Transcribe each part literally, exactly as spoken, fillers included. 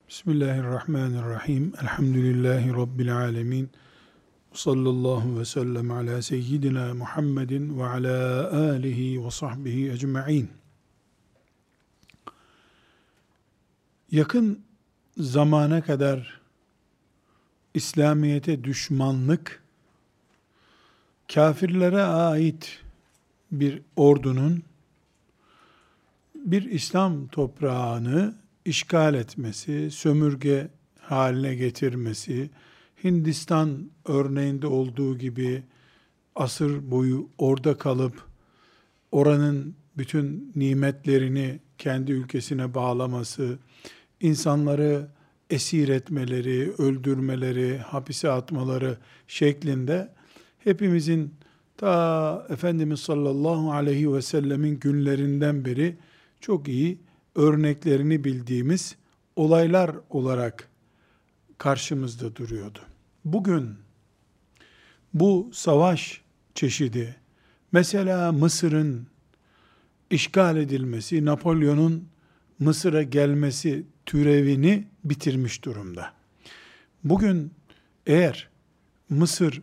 Bismillahirrahmanirrahim. Elhamdülillahi Rabbil alemin. Sallallahu ve sellem ala seyyidina Muhammedin ve ala alihi ve sahbihi ecma'in. Yakın zamana kadar İslamiyet'e düşmanlık, kafirlere ait bir ordunun bir İslam toprağını işgal etmesi, sömürge haline getirmesi, Hindistan örneğinde olduğu gibi asır boyu orada kalıp oranın bütün nimetlerini kendi ülkesine bağlaması, insanları esir etmeleri, öldürmeleri, hapise atmaları şeklinde hepimizin ta Efendimiz sallallahu aleyhi ve sellemin günlerinden beri çok iyi örneklerini bildiğimiz olaylar olarak karşımızda duruyordu. Bugün bu savaş çeşidi, mesela Mısır'ın işgal edilmesi, Napolyon'un Mısır'a gelmesi türevini bitirmiş durumda. Bugün eğer Mısır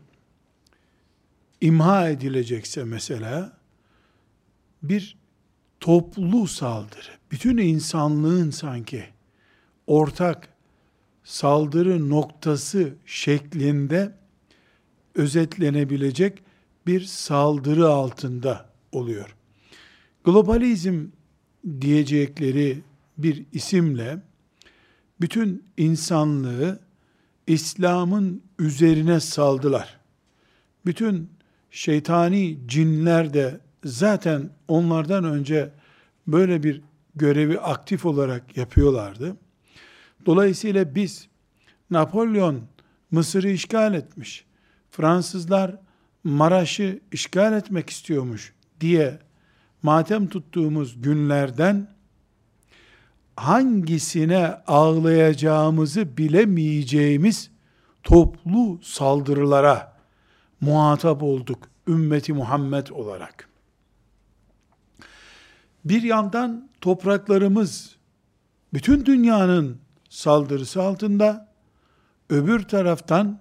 imha edilecekse mesela bir toplu saldırı, bütün insanlığın sanki ortak saldırı noktası şeklinde özetlenebilecek bir saldırı altında oluyor. Globalizm diyecekleri bir isimle bütün insanlığı İslam'ın üzerine saldılar. Bütün şeytani cinler de zaten onlardan önce böyle bir görevi aktif olarak yapıyorlardı. Dolayısıyla biz Napolyon Mısır'ı işgal etmiş, Fransızlar Maraş'ı işgal etmek istiyormuş diye matem tuttuğumuz günlerden hangisine ağlayacağımızı bilemeyeceğimiz toplu saldırılara muhatap olduk ümmeti Muhammed olarak. Bir yandan topraklarımız bütün dünyanın saldırısı altında, öbür taraftan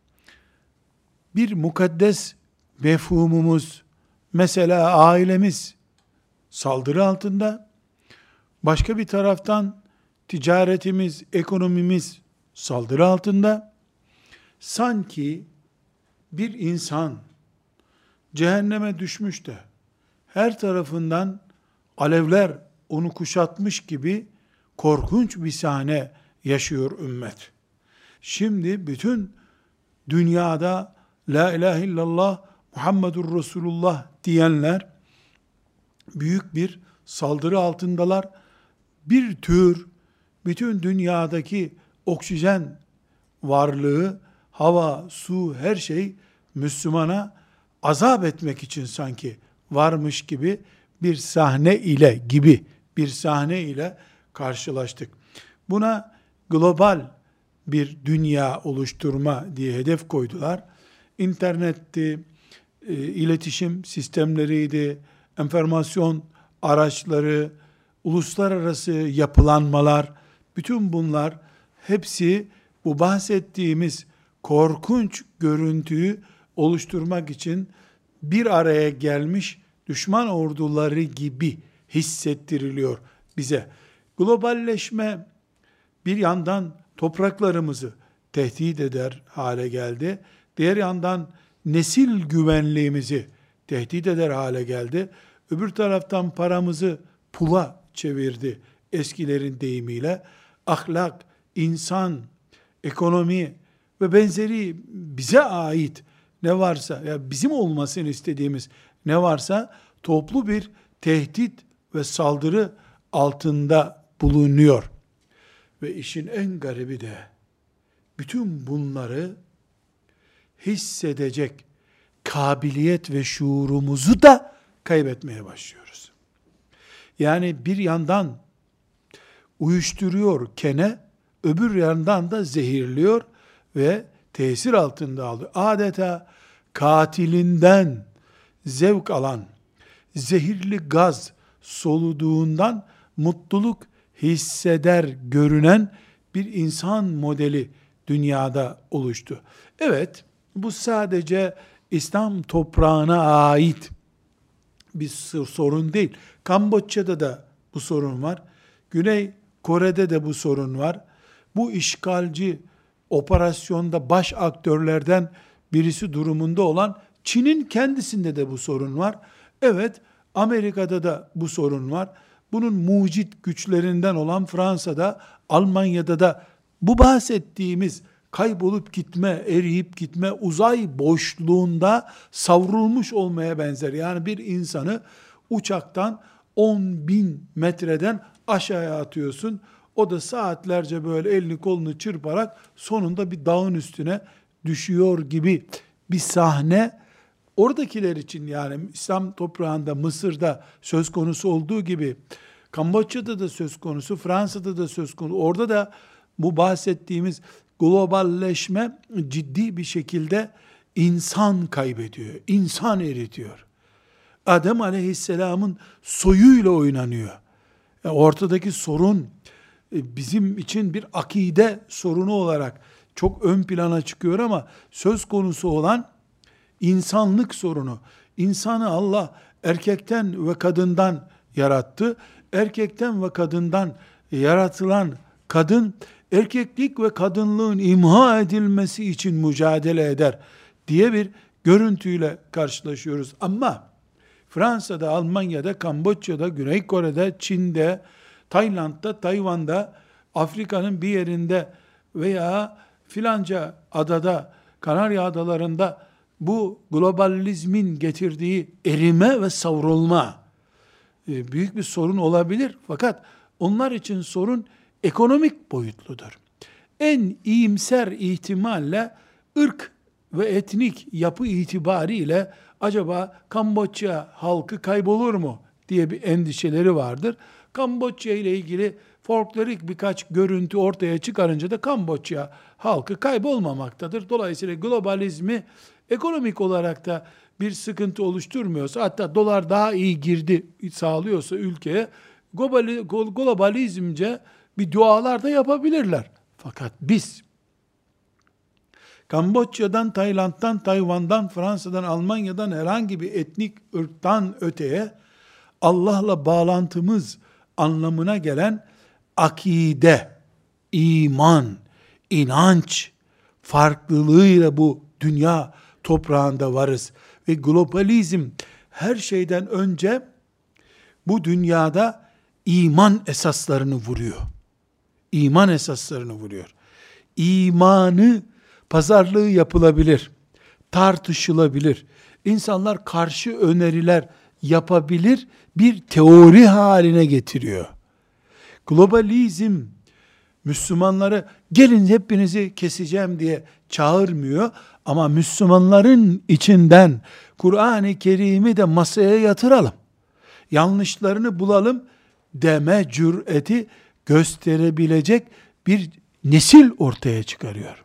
bir mukaddes mefhumumuz, mesela ailemiz saldırı altında, başka bir taraftan ticaretimiz, ekonomimiz saldırı altında. Sanki bir insan cehenneme düşmüş de her tarafından alevler onu kuşatmış gibi korkunç bir sahne yaşıyor ümmet. Şimdi bütün dünyada La ilahe illallah Muhammedur Resulullah diyenler büyük bir saldırı altındalar. Bir tür bütün dünyadaki oksijen varlığı, hava, su, her şey Müslümana azap etmek için sanki varmış gibi bir sahne ile gibi bir sahne ile karşılaştık. Buna global bir dünya oluşturma diye hedef koydular. İnternetti, e, iletişim sistemleriydi, enformasyon araçları, uluslararası yapılanmalar, bütün bunlar hepsi bu bahsettiğimiz korkunç görüntüyü oluşturmak için bir araya gelmiş düşman orduları gibi hissettiriliyor bize. Globalleşme bir yandan topraklarımızı tehdit eder hale geldi. Diğer yandan nesil güvenliğimizi tehdit eder hale geldi. Öbür taraftan paramızı pula çevirdi eskilerin deyimiyle. Ahlak, insan, ekonomi ve benzeri bize ait ne varsa, ya bizim olmasını istediğimiz ne varsa toplu bir tehdit ve saldırı altında bulunuyor. Ve işin en garibi de bütün bunları hissedecek kabiliyet ve şuurumuzu da kaybetmeye başlıyoruz. Yani bir yandan uyuşturuyor kene, öbür yandan da zehirliyor ve tesir altında alıyor. Adeta katilinden zevk alan, zehirli gaz soluduğundan mutluluk hisseder görünen bir insan modeli dünyada oluştu. Evet, bu sadece İslam toprağına ait bir sorun değil. Kamboçya'da da bu sorun var. Güney Kore'de de bu sorun var. Bu işgalci operasyonda baş aktörlerden birisi durumunda olan Çin'in kendisinde de bu sorun var. Evet, Amerika'da da bu sorun var. Bunun mucit güçlerinden olan Fransa'da, Almanya'da da bu bahsettiğimiz kaybolup gitme, eriyip gitme, uzay boşluğunda savrulmuş olmaya benzer. Yani bir insanı uçaktan on bin metreden aşağıya atıyorsun. O da saatlerce böyle elini kolunu çırparak sonunda bir dağın üstüne düşüyor gibi bir sahne. Oradakiler için, yani İslam toprağında, Mısır'da söz konusu olduğu gibi, Kamboçya'da da söz konusu, Fransa'da da söz konusu. Orada da bu bahsettiğimiz globalleşme ciddi bir şekilde insan kaybediyor, insan eritiyor. Adem Aleyhisselam'ın soyuyla oynanıyor. Yani ortadaki sorun bizim için bir akide sorunu olarak çok ön plana çıkıyor ama söz konusu olan insanlık sorunu. İnsanı Allah erkekten ve kadından yarattı. Erkekten ve kadından yaratılan kadın, erkeklik ve kadınlığın imha edilmesi için mücadele eder diye bir görüntüyle karşılaşıyoruz. Ama Fransa'da, Almanya'da, Kamboçya'da, Güney Kore'de, Çin'de, Tayland'da, Tayvan'da, Afrika'nın bir yerinde veya filanca adada, Kanarya Adalarında bu globalizmin getirdiği erime ve savrulma büyük bir sorun olabilir. Fakat onlar için sorun ekonomik boyutludur. En iyimser ihtimalle ırk ve etnik yapı itibariyle acaba Kamboçya halkı kaybolur mu diye bir endişeleri vardır. Kamboçya ile ilgili folklorik birkaç görüntü ortaya çıkarınca da Kamboçya halkı kaybolmamaktadır. Dolayısıyla globalizmi ekonomik olarak da bir sıkıntı oluşturmuyorsa, hatta dolar daha iyi girdi sağlıyorsa ülkeye, globalizmce bir dualar da yapabilirler. Fakat biz Kamboçya'dan, Tayland'dan, Tayvan'dan, Fransa'dan, Almanya'dan herhangi bir etnik ırktan öteye Allah'la bağlantımız anlamına gelen akide, iman, inanç farklılığıyla bu dünya toprağında varız. Ve globalizm her şeyden önce bu dünyada iman esaslarını vuruyor. İman esaslarını vuruyor. İmanı pazarlığı yapılabilir, tartışılabilir. İnsanlar karşı öneriler yapabilir, bir teori haline getiriyor. Globalizm Müslümanları gelin hepinizi keseceğim diye çağırmıyor ama Müslümanların içinden Kur'an-ı Kerim'i de masaya yatıralım, yanlışlarını bulalım deme cüreti gösterebilecek bir nesil ortaya çıkarıyor.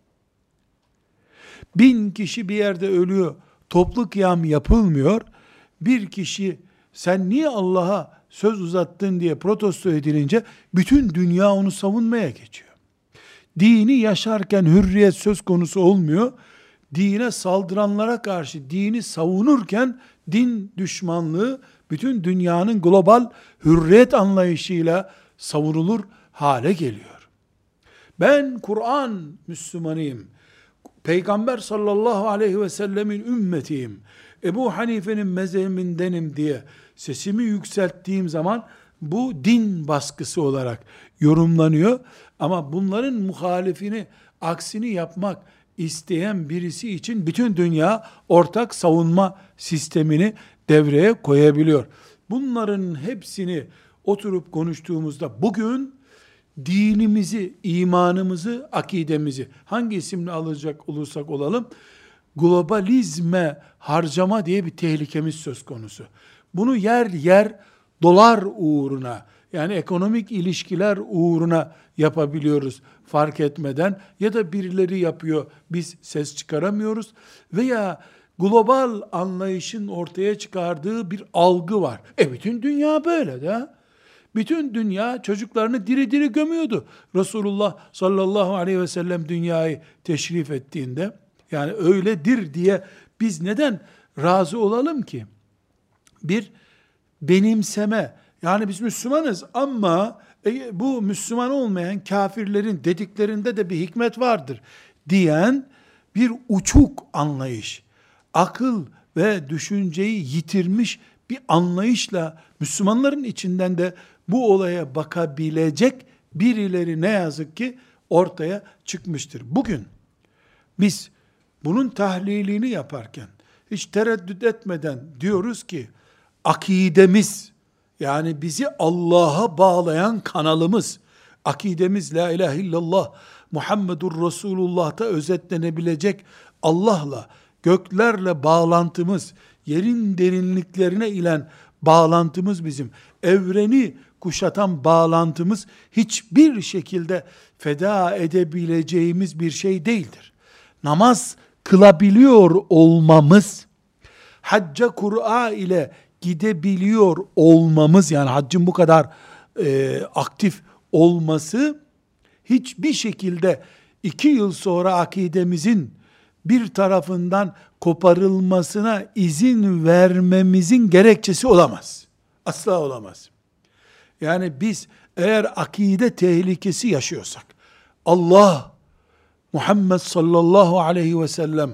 Bin kişi bir yerde ölüyor, toplu kıyam yapılmıyor. Bir kişi sen niye Allah'a söz uzattın diye protesto edilince bütün dünya onu savunmaya geçiyor. Dini yaşarken hürriyet söz konusu olmuyor. Dine saldıranlara karşı dini savunurken din düşmanlığı bütün dünyanın global hürriyet anlayışıyla savunulur hale geliyor. Ben Kur'an Müslümanıyım. Peygamber sallallahu aleyhi ve sellemin ümmetiyim. Ebu Hanife'nin mezhebimindenim diye sesimi yükselttiğim zaman bu din baskısı olarak yorumlanıyor. Ama bunların muhalifini, aksini yapmak isteyen birisi için bütün dünya ortak savunma sistemini devreye koyabiliyor. Bunların hepsini oturup konuştuğumuzda bugün dinimizi, imanımızı, akidemizi hangi isimle alacak olursak olalım, globalizme harcama diye bir tehlikemiz söz konusu. Bunu yer yer dolar uğruna, yani ekonomik ilişkiler uğruna yapabiliyoruz fark etmeden, ya da birileri yapıyor, biz ses çıkaramıyoruz, veya global anlayışın ortaya çıkardığı bir algı var. E bütün dünya böyle de. Bütün dünya çocuklarını diri diri gömüyordu. Resulullah sallallahu aleyhi ve sellem dünyayı teşrif ettiğinde, yani öyledir diye biz neden razı olalım ki? Bir benimseme, yani biz Müslümanız ama e, bu Müslüman olmayan kafirlerin dediklerinde de bir hikmet vardır diyen bir uçuk anlayış, akıl ve düşünceyi yitirmiş bir anlayışla Müslümanların içinden de bu olaya bakabilecek birileri ne yazık ki ortaya çıkmıştır. Bugün biz bunun tahlilini yaparken hiç tereddüt etmeden diyoruz ki akidemiz, yani bizi Allah'a bağlayan kanalımız, akidemiz la ilahe illallah Muhammedur Resulullah'ta özetlenebilecek Allah'la, göklerle bağlantımız, yerin derinliklerine inen bağlantımız bizim, evreni kuşatan bağlantımız hiçbir şekilde feda edebileceğimiz bir şey değildir. Namaz kılabiliyor olmamız, hacca Kur'a ile gidebiliyor olmamız, yani haccın bu kadar e, aktif olması, hiçbir şekilde iki yıl sonra akidemizin bir tarafından koparılmasına izin vermemizin gerekçesi olamaz. Asla olamaz. Yani biz eğer akide tehlikesi yaşıyorsak, Allah, Muhammed sallallahu aleyhi ve sellem,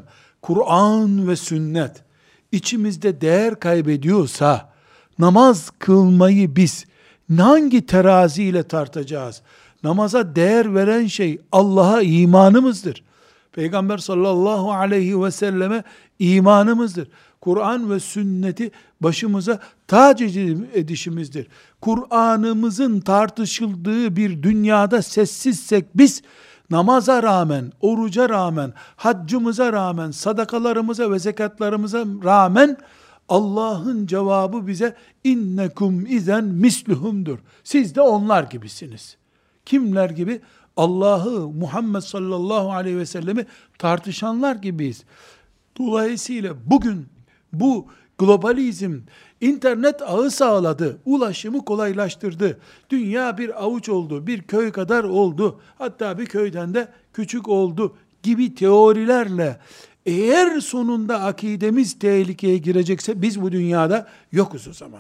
Kur'an ve sünnet içimizde değer kaybediyorsa, namaz kılmayı biz hangi teraziyle tartacağız? Namaza değer veren şey Allah'a imanımızdır. Peygamber sallallahu aleyhi ve selleme imanımızdır. Kur'an ve sünneti başımıza tac edişimizdir. Kur'an'ımızın tartışıldığı bir dünyada sessizsek biz, namaza rağmen, oruca rağmen, haccımıza rağmen, sadakalarımıza ve zekatlarımıza rağmen Allah'ın cevabı bize innekum izen misluhumdur. Siz de onlar gibisiniz. Kimler gibi? Allah'ı, Muhammed sallallahu aleyhi ve sellemi tartışanlar gibiyiz. Dolayısıyla bugün bu globalizm, internet ağı sağladı, ulaşımı kolaylaştırdı. Dünya bir avuç oldu, bir köy kadar oldu, hatta bir köyden de küçük oldu gibi teorilerle eğer sonunda akidemiz tehlikeye girecekse biz bu dünyada yokuz o zaman.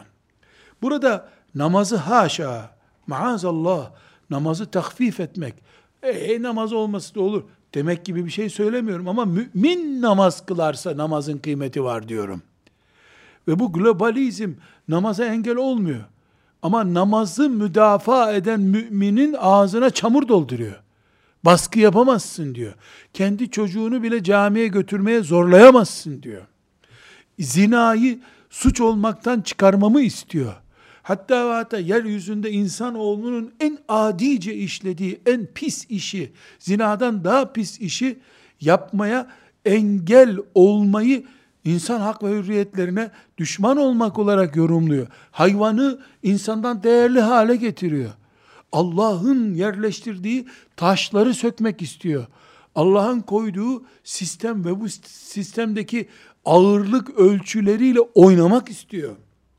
Burada namazı haşa, maazallah, namazı tahfif etmek, e, namaz olması da olur demek gibi bir şey söylemiyorum ama mümin namaz kılarsa namazın kıymeti var diyorum. Ve bu globalizm namaza engel olmuyor. Ama namazı müdafaa eden müminin ağzına çamur dolduruyor. Baskı yapamazsın diyor. Kendi çocuğunu bile camiye götürmeye zorlayamazsın diyor. Zinayı suç olmaktan çıkarmamı istiyor. Hatta ve hatta yeryüzünde insanoğlunun en adice işlediği en pis işi, zinadan daha pis işi yapmaya engel olmayı insan hak ve hürriyetlerine düşman olmak olarak yorumluyor. Hayvanı insandan değerli hale getiriyor. Allah'ın yerleştirdiği taşları sökmek istiyor. Allah'ın koyduğu sistem ve bu sistemdeki ağırlık ölçüleriyle oynamak istiyor.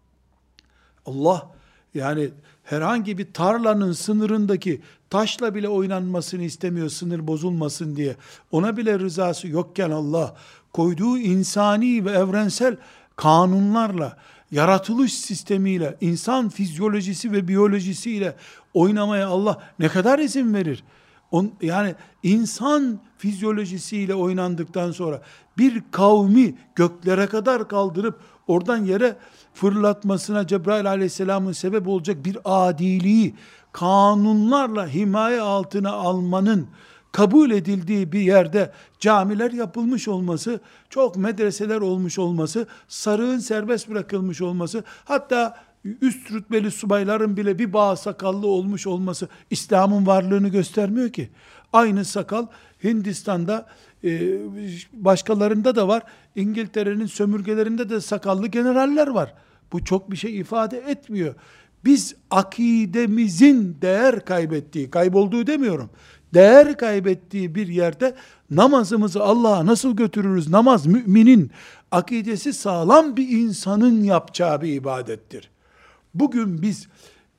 Allah yani herhangi bir tarlanın sınırındaki taşla bile oynanmasını istemiyor, sınır bozulmasın diye. Ona bile rızası yokken Allah koyduğu insani ve evrensel kanunlarla, yaratılış sistemiyle, insan fizyolojisi ve biyolojisiyle oynamaya Allah ne kadar izin verir? On, yani insan fizyolojisiyle oynandıktan sonra bir kavmi göklere kadar kaldırıp oradan yere fırlatmasına Cebrail aleyhisselamın sebep olacak bir adiliği kanunlarla himaye altına almanın kabul edildiği bir yerde camiler yapılmış olması, çok medreseler olmuş olması, sarığın serbest bırakılmış olması, hatta üst rütbeli subayların bile bir bağ sakallı olmuş olması İslam'ın varlığını göstermiyor ki. Aynı sakal Hindistan'da, başkalarında da var. İngiltere'nin sömürgelerinde de sakallı generaller var. Bu çok bir şey ifade etmiyor. Biz akidemizin değer kaybettiği, kaybolduğu demiyorum, değer kaybettiği bir yerde namazımızı Allah'a nasıl götürürüz? Namaz müminin, akidesi sağlam bir insanın yapacağı bir ibadettir. Bugün biz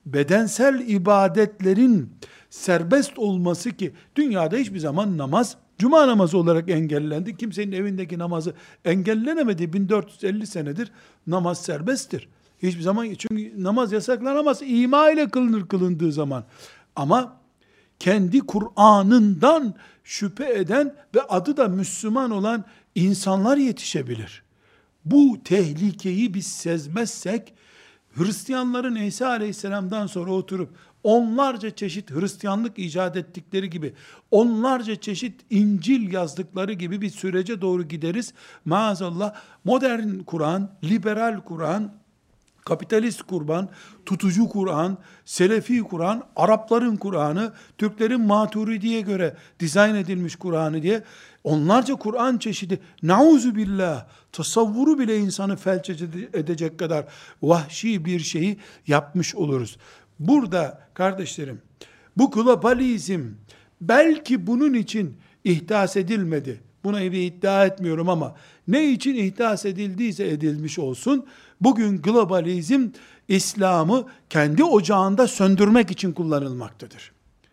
bedensel ibadetlerin serbest olması, ki dünyada hiçbir zaman namaz cuma namazı olarak engellendi. Kimsenin evindeki namazı engellenemedi. bin dört yüz elli senedir namaz serbesttir. Hiçbir zaman, çünkü namaz yasaklanamaz. İma ile kılınır kılındığı zaman. Ama kendi Kur'an'ından şüphe eden ve adı da Müslüman olan insanlar yetişebilir. Bu tehlikeyi biz sezmezsek, Hristiyanların İsa Aleyhisselam'dan sonra oturup onlarca çeşit Hristiyanlık icat ettikleri gibi, onlarca çeşit İncil yazdıkları gibi bir sürece doğru gideriz. Maazallah modern Kur'an, liberal Kur'an, kapitalist Kur'an, tutucu Kur'an, Selefi Kur'an, Arapların Kur'an'ı, Türklerin Maturidi'ye göre dizayn edilmiş Kur'an'ı diye onlarca Kur'an çeşidi, nauzu billah, tasavvuru bile insanı felç edecek kadar vahşi bir şeyi yapmış oluruz. Burada kardeşlerim, bu globalizm belki bunun için ihdas edilmedi. Buna bir iddia etmiyorum ama ne için ihdas edildiyse edilmiş olsun, bugün globalizm İslam'ı kendi ocağında söndürmek için kullanılmaktadır.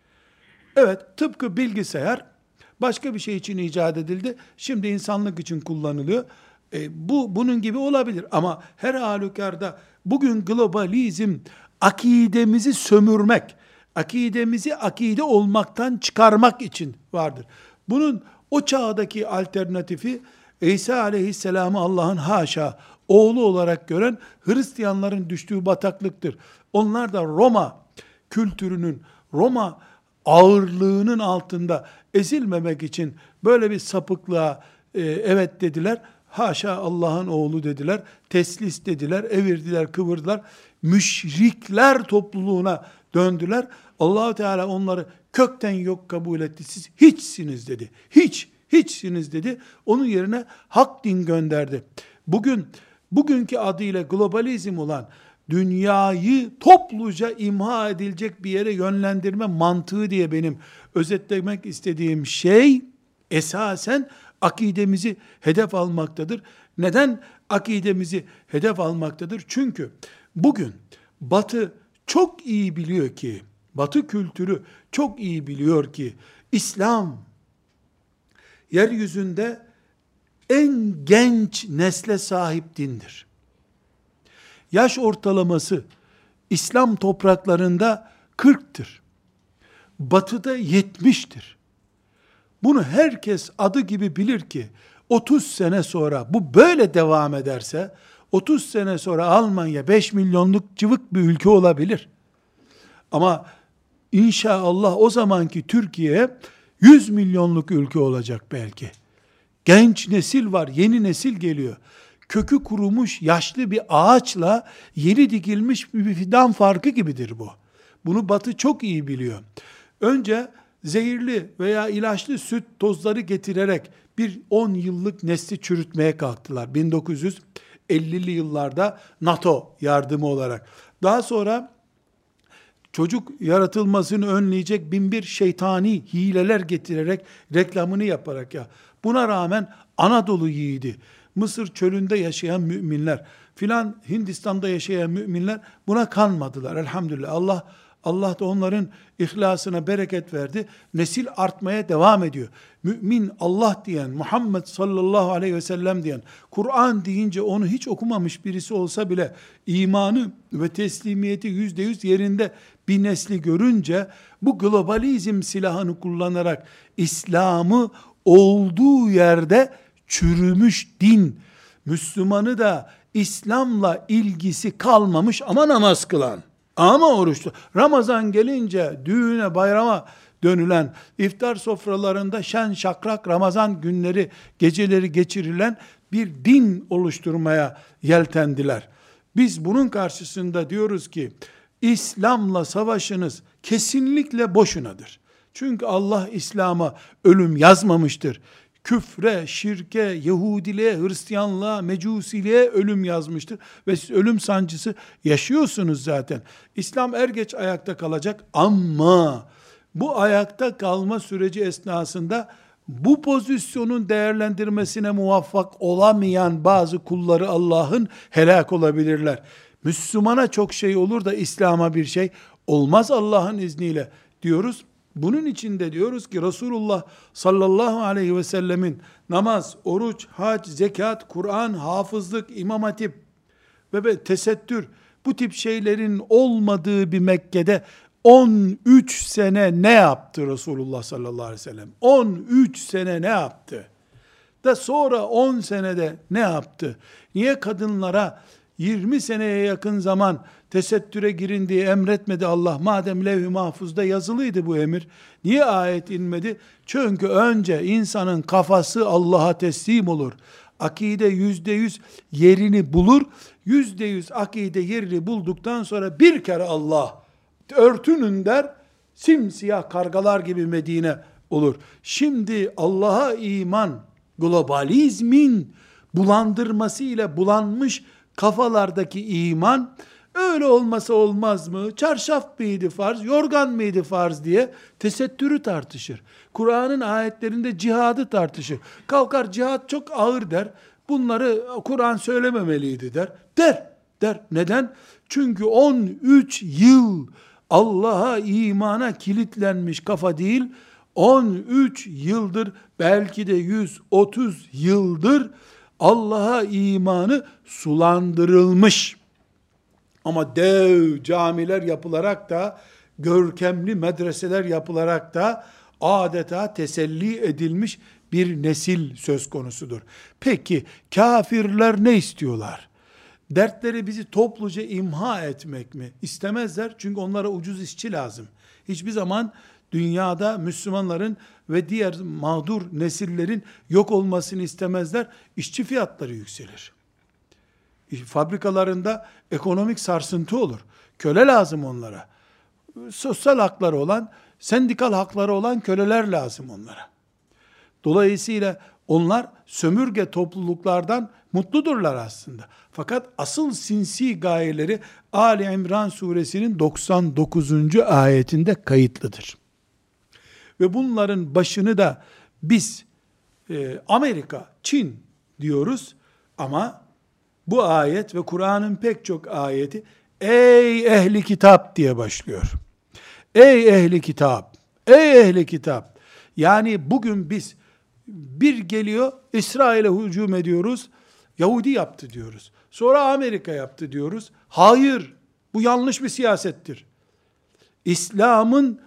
Evet, tıpkı bilgisayar başka bir şey için icat edildi. Şimdi insanlık için kullanılıyor. E, bu bunun gibi olabilir ama her halükarda bugün globalizm akidemizi sömürmek, akidemizi akide olmaktan çıkarmak için vardır. Bunun o çağdaki alternatifi, İsa aleyhisselamı Allah'ın haşa oğlu olarak gören Hristiyanların düştüğü bataklıktır. Onlar da Roma kültürünün, Roma ağırlığının altında ezilmemek için böyle bir sapıklığa e, evet dediler. Haşa Allah'ın oğlu dediler. Teslis dediler, evirdiler, kıvırdılar. Müşrikler topluluğuna döndüler. Allah-u Teala onları kökten yok kabul etti. Siz hiçsiniz dedi. Hiç, hiçsiniz dedi. Onun yerine hak din gönderdi. Bugün, bugünkü adıyla globalizm olan dünyayı topluca imha edilecek bir yere yönlendirme mantığı diye benim özetlemek istediğim şey, esasen akidemizi hedef almaktadır. Neden akidemizi hedef almaktadır? Çünkü bugün Batı çok iyi biliyor ki, Batı kültürü çok iyi biliyor ki, İslam yeryüzünde en genç nesle sahip dindir. Yaş ortalaması İslam topraklarında kırktır. Batı'da yetmiştir. Bunu herkes adı gibi bilir ki otuz sene sonra bu böyle devam ederse otuz sene sonra Almanya beş milyonluk cıvık bir ülke olabilir. Ama inşallah o zamanki Türkiye yüz milyonluk ülke olacak belki. Genç nesil var, yeni nesil geliyor. Kökü kurumuş yaşlı bir ağaçla yeni dikilmiş bir fidan farkı gibidir bu. Bunu Batı çok iyi biliyor. Önce zehirli veya ilaçlı süt tozları getirerek bir on yıllık nesli çürütmeye kalktılar. bin dokuz yüz ellili yıllarda NATO yardımı olarak. Daha sonra çocuk yaratılmasını önleyecek bin bir şeytani hileler getirerek, reklamını yaparak ya. Buna rağmen Anadolu yiğidi, Mısır çölünde yaşayan müminler, filan Hindistan'da yaşayan müminler buna kanmadılar. Elhamdülillah. Allah Allah da onların ihlasına bereket verdi. Nesil artmaya devam ediyor. Mümin Allah diyen, Muhammed sallallahu aleyhi ve sellem diyen, Kur'an deyince onu hiç okumamış birisi olsa bile imanı ve teslimiyeti yüzde yüz yerinde bir nesli görünce bu globalizm silahını kullanarak İslam'ı olduğu yerde çürümüş din, Müslümanı da İslam'la ilgisi kalmamış ama namaz kılan, ama oruçlu. Ramazan gelince düğüne, bayrama dönülen, iftar sofralarında şen şakrak Ramazan günleri, geceleri geçirilen bir din oluşturmaya yeltendiler. Biz bunun karşısında diyoruz ki, İslam'la savaşınız kesinlikle boşunadır. Çünkü Allah İslam'a ölüm yazmamıştır. Küfre, şirke, Yahudiliğe, Hristiyanlığa, Mecusiliğe ölüm yazmıştır. Ve siz ölüm sancısı yaşıyorsunuz zaten. İslam er geç ayakta kalacak ama bu ayakta kalma süreci esnasında bu pozisyonun değerlendirmesine muvaffak olamayan bazı kulları Allah'ın helak olabilirler. Müslümana çok şey olur da İslam'a bir şey olmaz Allah'ın izniyle diyoruz. Bunun için de diyoruz ki Resulullah sallallahu aleyhi ve sellemin namaz, oruç, hac, zekat, Kur'an, hafızlık, imam hatip ve tesettür, bu tip şeylerin olmadığı bir Mekke'de on üç sene ne yaptı Resulullah sallallahu aleyhi ve sellem? on üç sene ne yaptı? Da sonra on senede ne yaptı? Niye kadınlara yirmi seneye yakın zaman tesettüre girin diye emretmedi Allah? Madem levh-i mahfuzda yazılıydı bu emir. Niye ayet inmedi? Çünkü önce insanın kafası Allah'a teslim olur. Akide yüzde yüz yerini bulur. Yüzde yüz akide yerini bulduktan sonra bir kere Allah örtünün der, simsiyah kargalar gibi Medine olur. Şimdi Allah'a iman, globalizmin bulandırması ile bulanmış kafalardaki iman, öyle olmasa olmaz mı? Çarşaf mıydı farz, yorgan mıydı farz diye tesettürü tartışır. Kur'an'ın ayetlerinde cihadı tartışır. Kalkar cihat çok ağır der. Bunları Kur'an söylememeliydi der. Der, der. Neden? Çünkü on üç yıl Allah'a imana kilitlenmiş kafa değil, on üç yıldır, belki de yüz otuz yıldır Allah'a imanı sulandırılmış. Ama dev camiler yapılarak da, görkemli medreseler yapılarak da adeta teselli edilmiş bir nesil söz konusudur. Peki kafirler ne istiyorlar? Dertleri bizi topluca imha etmek mi? İstemezler, çünkü onlara ucuz işçi lazım. Hiçbir zaman dünyada Müslümanların ve diğer mağdur nesillerin yok olmasını istemezler. İşçi fiyatları yükselir. Fabrikalarında ekonomik sarsıntı olur. Köle lazım onlara. Sosyal hakları olan, sendikal hakları olan köleler lazım onlara. Dolayısıyla onlar sömürge topluluklardan mutludurlar aslında. Fakat asıl sinsi gayeleri Ali İmran suresinin doksan dokuzuncu ayetinde kayıtlıdır. Ve bunların başını da biz e, Amerika, Çin diyoruz ama bu ayet ve Kur'an'ın pek çok ayeti ey ehli kitap diye başlıyor. Ey ehli kitap, ey ehli kitap. Yani bugün biz bir geliyor İsrail'e hücum ediyoruz, Yahudi yaptı diyoruz. Sonra Amerika yaptı diyoruz. Hayır, bu yanlış bir siyasettir. İslam'ın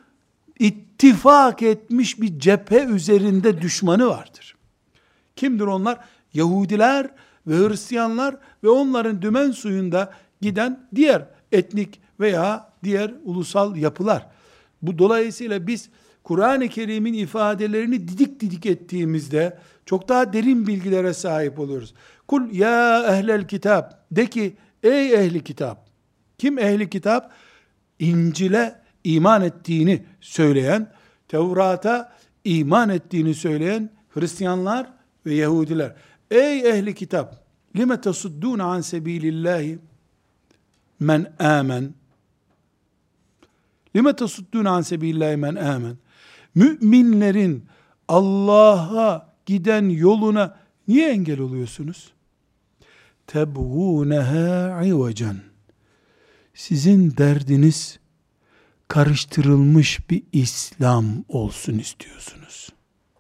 ittifak etmiş bir cephe üzerinde düşmanı vardır. Kimdir onlar? Yahudiler ve Hristiyanlar ve onların dümen suyunda giden diğer etnik veya diğer ulusal yapılar. Bu dolayısıyla biz Kur'an-ı Kerim'in ifadelerini didik didik ettiğimizde çok daha derin bilgilere sahip oluyoruz. Kul ya ehlel kitap, de ki ey ehli kitap. Kim ehli kitap? İncil'e iman ettiğini söyleyen, Tevrat'a iman ettiğini söyleyen Hristiyanlar ve Yahudiler. Ey ehli kitap, lime tesuddûne an sebilillahi men âmen. Lime tesuddûne an sebilillahi men âmen. Müminlerin Allah'a giden yoluna niye engel oluyorsunuz? Tebğûneha ivecen. Sizin derdiniz karıştırılmış bir İslam olsun istiyorsunuz.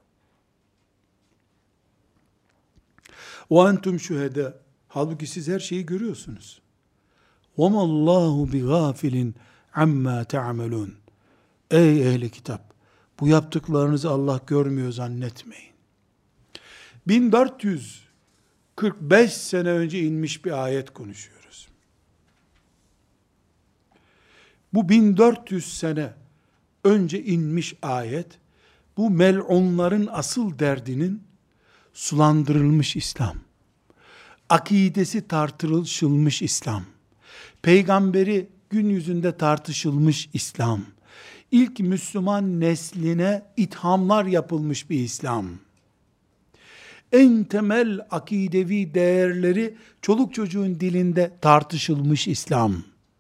O entum şühede. Halbuki siz her şeyi görüyorsunuz. وَمَا اللّٰهُ بِغَافِلٍ عَمَّا تَعْمَلُونَ. Ey ehli kitap! Bu yaptıklarınızı Allah görmüyor zannetmeyin. bin dört yüz kırk beş sene önce inmiş bir ayet konuşuyoruz. Bu bin dört yüz sene önce inmiş ayet, bu mel'unların asıl derdinin sulandırılmış İslam, akidesi tartışılmış İslam, peygamberi gün yüzünde tartışılmış İslam, ilk Müslüman nesline ithamlar yapılmış bir İslam, en temel akidevi değerleri çoluk çocuğun dilinde tartışılmış İslam.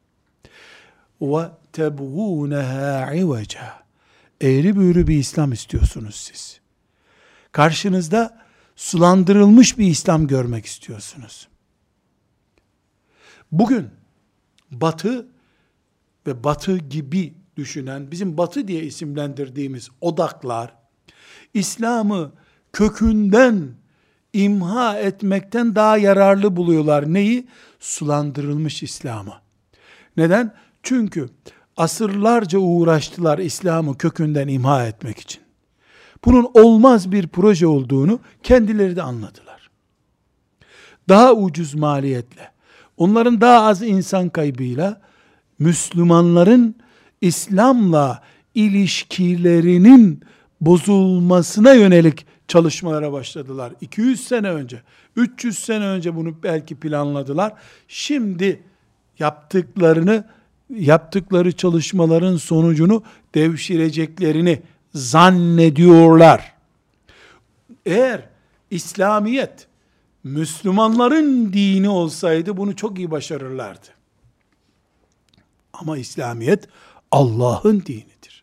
Ve tebğûneha iveca. Eğri büğrü bir İslam istiyorsunuz siz. Karşınızda sulandırılmış bir İslam görmek istiyorsunuz. Bugün Batı ve Batı gibi düşünen, bizim Batı diye isimlendirdiğimiz odaklar, İslam'ı kökünden imha etmekten daha yararlı buluyorlar. Neyi? Sulandırılmış İslam'ı. Neden? Çünkü asırlarca uğraştılar İslam'ı kökünden imha etmek için. Bunun olmaz bir proje olduğunu kendileri de anladılar. Daha ucuz maliyetle, onların daha az insan kaybıyla, Müslümanların İslam'la ilişkilerinin bozulmasına yönelik çalışmalara başladılar. iki yüz sene önce, üç yüz sene önce bunu belki planladılar. Şimdi yaptıklarını, yaptıkları çalışmaların sonucunu devşireceklerini zannediyorlar. Eğer İslamiyet Müslümanların dini olsaydı bunu çok iyi başarırlardı. Ama İslamiyet Allah'ın dinidir.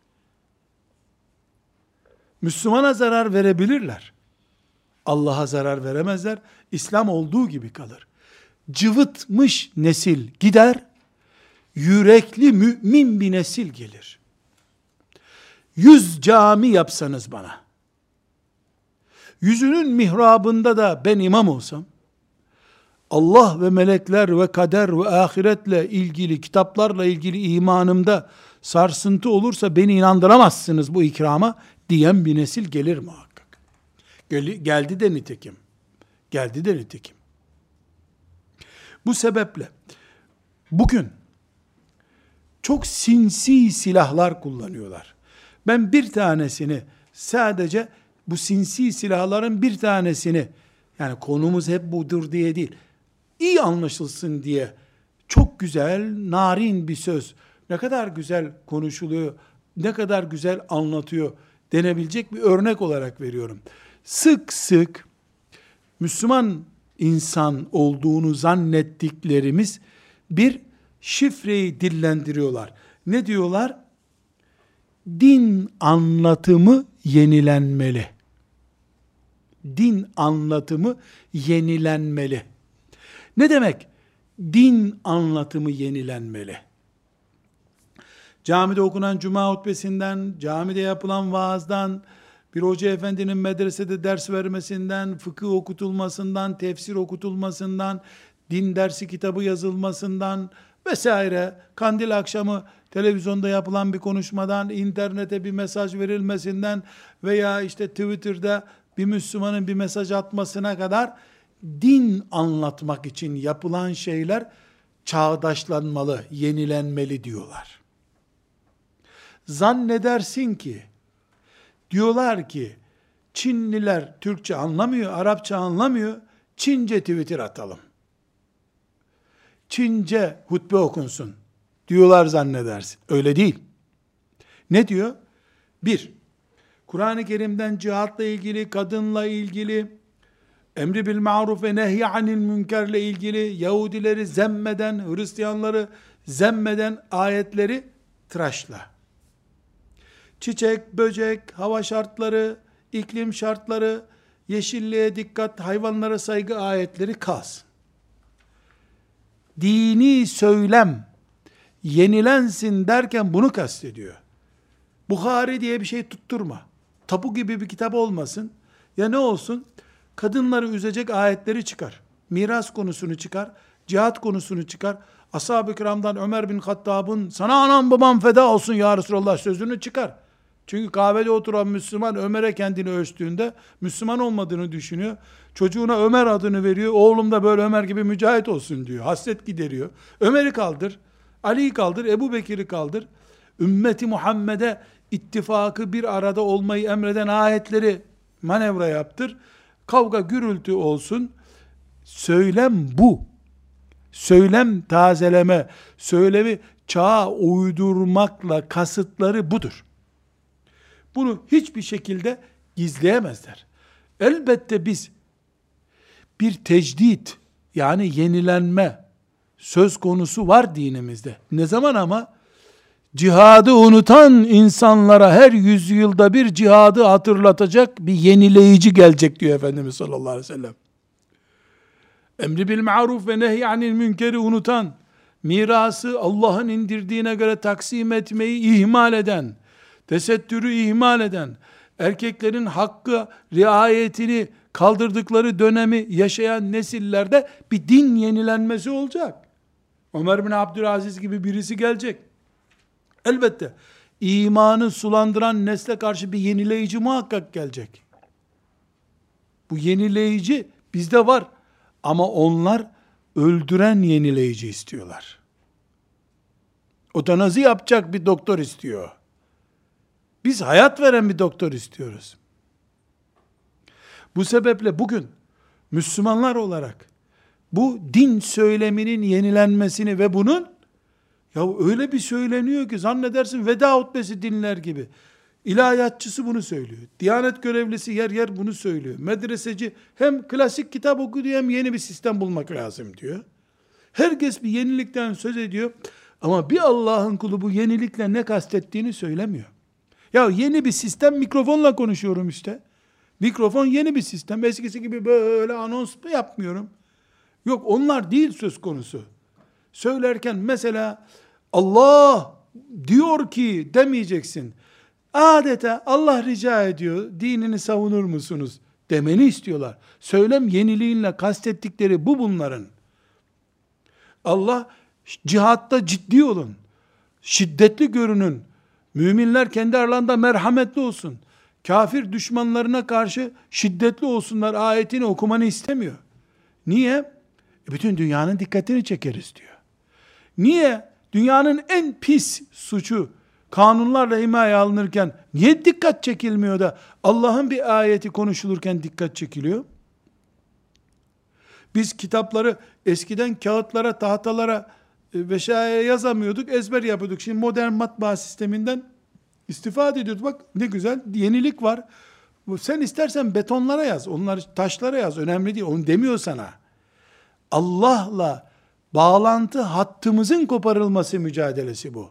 Müslümana zarar verebilirler. Allah'a zarar veremezler. İslam olduğu gibi kalır. Cıvıtmış nesil gider, yürekli mümin bir nesil gelir. Yüz cami yapsanız bana, yüzünün mihrabında da ben imam olsam, Allah ve melekler ve kader ve ahiretle ilgili, kitaplarla ilgili imanımda sarsıntı olursa beni inandıramazsınız bu ikrama diyen bir nesil gelir muhakkak. Gel, geldi de nitekim. Geldi de nitekim. Bu sebeple bugün çok sinsi silahlar kullanıyorlar. Ben bir tanesini, sadece bu sinsi silahların bir tanesini, yani konumuz hep budur diye değil, iyi anlaşılsın diye çok güzel, narin bir söz, ne kadar güzel konuşuluyor, ne kadar güzel anlatıyor denebilecek bir örnek olarak veriyorum. Sık sık Müslüman insan olduğunu zannettiklerimiz bir şifreyi dillendiriyorlar. Ne diyorlar? Din anlatımı yenilenmeli. Din anlatımı yenilenmeli. Ne demek? Din anlatımı yenilenmeli. Camide okunan cuma hutbesinden, camide yapılan vaazdan, bir hoca efendinin medresede ders vermesinden, fıkıh okutulmasından, tefsir okutulmasından, din dersi kitabı yazılmasından vesaire, kandil akşamı televizyonda yapılan bir konuşmadan, internete bir mesaj verilmesinden veya işte Twitter'da bir Müslümanın bir mesaj atmasına kadar din anlatmak için yapılan şeyler çağdaşlanmalı, yenilenmeli diyorlar. Zannedersin ki, diyorlar ki, Çinliler Türkçe anlamıyor, Arapça anlamıyor, Çince Twitter atalım. Çince hutbe okunsun diyorlar zannedersin. Öyle değil. Ne diyor? Bir, Kur'an-ı Kerim'den cihatla ilgili, kadınla ilgili, emri bil ma'ruf ve nehy anil münkerle ilgili, Yahudileri zemmeden, Hristiyanları zemmeden ayetleri tıraşla. Çiçek, böcek, hava şartları, iklim şartları, yeşilliğe dikkat, hayvanlara saygı ayetleri kalsın. Dini söylem yenilensin derken bunu kastediyor. Buhari diye bir şey tutturma. Tapu gibi bir kitap olmasın. Ya ne olsun? Kadınları üzecek ayetleri çıkar. Miras konusunu çıkar. Cihat konusunu çıkar. Ashab-ı kiramdan Ömer bin Hattab'ın sana anam babam feda olsun ya Resulallah sözünü çıkar. Çünkü kahvede oturan Müslüman Ömer'e kendini ölçtüğünde Müslüman olmadığını düşünüyor. Çocuğuna Ömer adını veriyor. Oğlum da böyle Ömer gibi mücahit olsun diyor. Hasret gideriyor. Ömer'i kaldır, Ali'yi kaldır, Ebu Bekir'i kaldır. Ümmeti Muhammed'e ittifakı bir arada olmayı emreden ayetleri manevra yaptır. Kavga gürültü olsun. Söylem bu. Söylem tazeleme, söylemi çağa uydurmakla kasıtları budur. Bunu hiçbir şekilde gizleyemezler. Elbette biz bir tecdit, yani yenilenme söz konusu var dinimizde. Ne zaman ama? Cihadı unutan insanlara her yüzyılda bir cihadı hatırlatacak bir yenileyici gelecek diyor Efendimiz sallallahu aleyhi ve sellem. Emri bil ma'ruf ve nehy anil münkeri unutan, mirası Allah'ın indirdiğine göre taksim etmeyi ihmal eden, tesettürü ihmal eden, erkeklerin hakkı riayetini kaldırdıkları dönemi yaşayan nesillerde bir din yenilenmesi olacak. Ömer bin Abdülaziz gibi birisi gelecek. Elbette imanı sulandıran nesle karşı bir yenileyici muhakkak gelecek. Bu yenileyici bizde var. Ama onlar öldüren yenileyici istiyorlar. Otanazi yapacak bir doktor istiyor. Biz hayat veren bir doktor istiyoruz. Bu sebeple bugün Müslümanlar olarak bu din söyleminin yenilenmesini ve bunun, ya öyle bir söyleniyor ki zannedersin veda hutbesi dinler gibi. İlahiyatçısı bunu söylüyor. Diyanet görevlisi yer yer bunu söylüyor. Medreseci hem klasik kitap okuyor hem yeni bir sistem bulmak lazım diyor. Herkes bir yenilikten söz ediyor. Ama bir Allah'ın kulu bu yenilikle ne kastettiğini söylemiyor. Ya yeni bir sistem, mikrofonla konuşuyorum işte. Mikrofon yeni bir sistem. Eskisi gibi böyle anons yapmıyorum. Yok, onlar değil söz konusu. Söylerken mesela Allah diyor ki demeyeceksin. Adeta Allah rica ediyor, dinini savunur musunuz demeni istiyorlar. Söylem yeniliğinle kastettikleri bu bunların. Allah cihatta ciddi olun, şiddetli görünün, müminler kendi aralarında merhametli olsun, kafir düşmanlarına karşı şiddetli olsunlar ayetini okumanı istemiyor. Niye? E bütün dünyanın dikkatini çekeriz diyor. Niye? Dünyanın en pis suçu kanunlarla himaye alınırken niye dikkat çekilmiyor da Allah'ın bir ayeti konuşulurken dikkat çekiliyor? Biz kitapları eskiden kağıtlara, tahtalara, veşaya yazamıyorduk, ezber yapıyorduk. Şimdi modern matbaa sisteminden istifade ediyoruz. Bak ne güzel, yenilik var. Sen istersen betonlara yaz, onları taşlara yaz, önemli değil. Onu demiyor sana. Allah'la bağlantı hattımızın koparılması mücadelesi bu.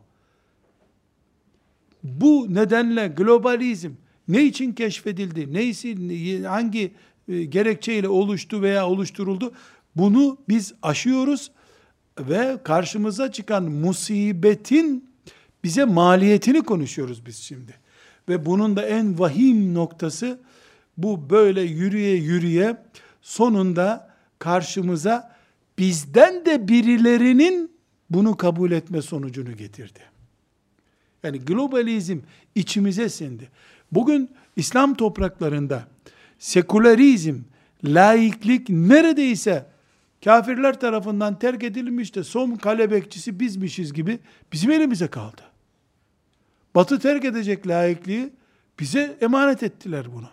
Bu nedenle globalizm ne için keşfedildi, neyse, hangi gerekçeyle oluştu veya oluşturuldu, bunu biz aşıyoruz ve karşımıza çıkan musibetin bize maliyetini konuşuyoruz biz şimdi. Ve bunun da en vahim noktası, bu böyle yürüye yürüye sonunda karşımıza bizden de birilerinin bunu kabul etme sonucunu getirdi. Yani globalizm içimize sindi. Bugün İslam topraklarında sekülerizm, laiklik neredeyse kafirler tarafından terk edilmiş de son kale bekçisi bizmişiz gibi bizim elimize kaldı. Batı terk edecek laikliği, bize emanet ettiler bunu.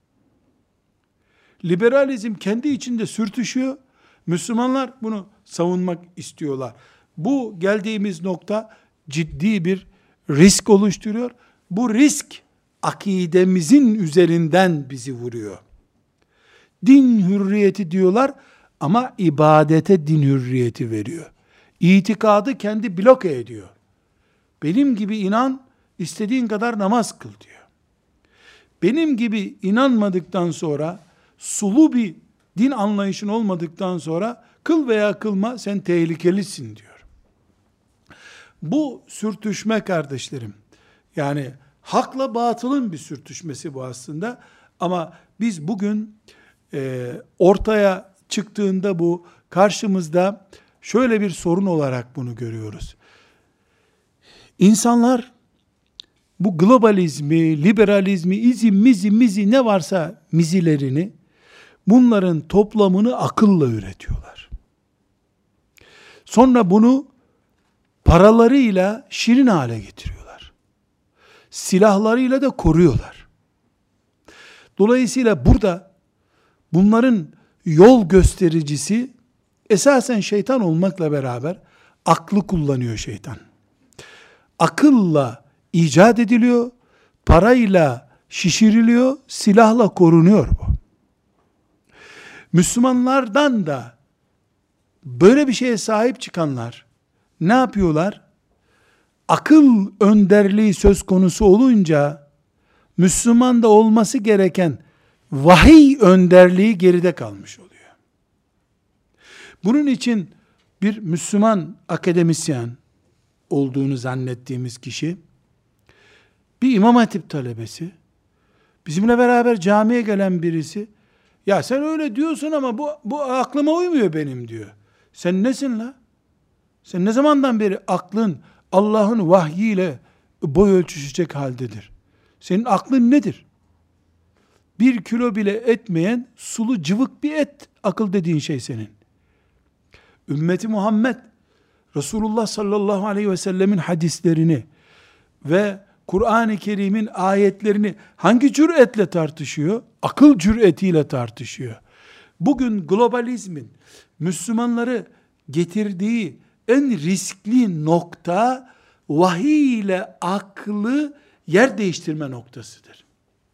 Liberalizm kendi içinde sürtüşüyor. Müslümanlar bunu savunmak istiyorlar. Bu geldiğimiz nokta ciddi bir risk oluşturuyor. Bu risk akidemizin üzerinden bizi vuruyor. Din hürriyeti diyorlar ama ibadete din hürriyeti veriyor. İtikadı kendi bloke ediyor. Benim gibi inan, istediğin kadar namaz kıl diyor. Benim gibi inanmadıktan sonra, sulu bir din anlayışın olmadıktan sonra, kıl veya kılma sen tehlikelisin diyor. Bu sürtüşme kardeşlerim, yani hakla batılın bir sürtüşmesi bu aslında, ama biz bugün e, ortaya çıktığında bu karşımızda şöyle bir sorun olarak bunu görüyoruz. İnsanlar bu globalizmi, liberalizmi, izim, mizi, mizi ne varsa mizilerini, bunların toplamını akılla üretiyorlar. Sonra bunu paralarıyla şirin hale getiriyorlar. Silahlarıyla da koruyorlar. Dolayısıyla burada bunların yol göstericisi esasen şeytan olmakla beraber aklı kullanıyor şeytan. Akılla icat ediliyor, parayla şişiriliyor, silahla korunuyor bu. Müslümanlardan da böyle bir şeye sahip çıkanlar ne yapıyorlar? Akıl önderliği söz konusu olunca Müslüman da olması gereken vahiy önderliği geride kalmış oluyor. Bunun için bir Müslüman akademisyen olduğunu zannettiğimiz kişi, bir İmam Hatip talebesi, bizimle beraber camiye gelen birisi, ya sen öyle diyorsun ama bu, bu aklıma uymuyor benim diyor. Sen nesin la? Sen ne zamandan beri aklın Allah'ın vahyiyle boy ölçüşecek haldedir? Senin aklın nedir? Bir kilo bile etmeyen sulu cıvık bir et akıl dediğin şey senin. Ümmeti Muhammed Resulullah sallallahu aleyhi ve sellemin hadislerini ve Kur'an-ı Kerim'in ayetlerini hangi cüretle tartışıyor? Akıl cüretiyle tartışıyor. Bugün globalizmin Müslümanları getirdiği en riskli nokta vahiy ile aklı yer değiştirme noktasıdır.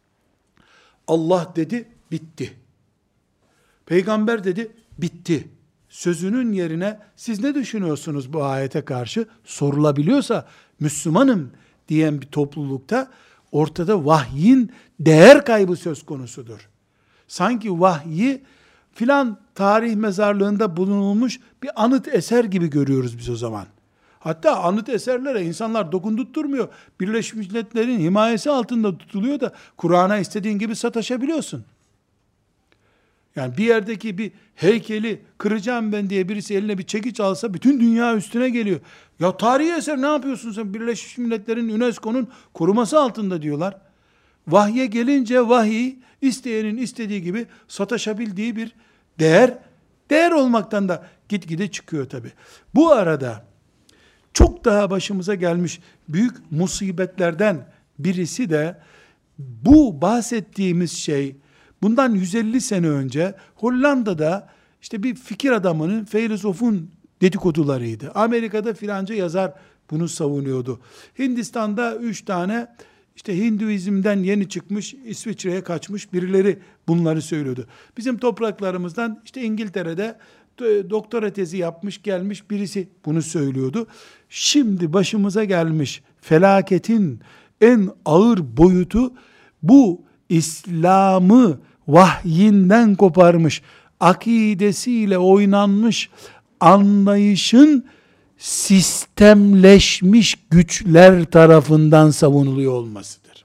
Allah dedi, bitti. Peygamber dedi, bitti. Sözünün yerine siz ne düşünüyorsunuz bu ayete karşı sorulabiliyorsa Müslümanım diyen bir toplulukta ortada vahyin değer kaybı söz konusudur. Sanki vahyi filan tarih mezarlığında bulunulmuş bir anıt eser gibi görüyoruz biz o zaman. Hatta anıt eserlere insanlar dokundurtmuyor. Birleşmiş Milletler'in himayesi altında tutuluyor da Kur'an'a istediğin gibi sataşabiliyorsun. Yani bir yerdeki bir heykeli kıracağım ben diye birisi eline bir çekiç alsa bütün dünya üstüne geliyor. Ya tarihi eser ne yapıyorsun sen? Birleşmiş Milletler'in U N E S C O'nun koruması altında diyorlar. Vahye gelince vahiy isteyenin istediği gibi sataşabildiği bir değer, değer olmaktan da gitgide çıkıyor tabi. Bu arada çok daha başımıza gelmiş büyük musibetlerden birisi de bu bahsettiğimiz şey bundan yüz elli sene önce Hollanda'da işte bir fikir adamının, filozofun dedikodularıydı. Amerika'da filanca yazar bunu savunuyordu. Hindistan'da üç tane işte Hinduizm'den yeni çıkmış, İsviçre'ye kaçmış birileri bunları söylüyordu. Bizim topraklarımızdan işte İngiltere'de doktora tezi yapmış gelmiş birisi bunu söylüyordu. Şimdi başımıza gelmiş felaketin en ağır boyutu bu İslam'ı vahyinden koparmış, akidesiyle oynanmış anlayışın sistemleşmiş güçler tarafından savunuluyor olmasıdır.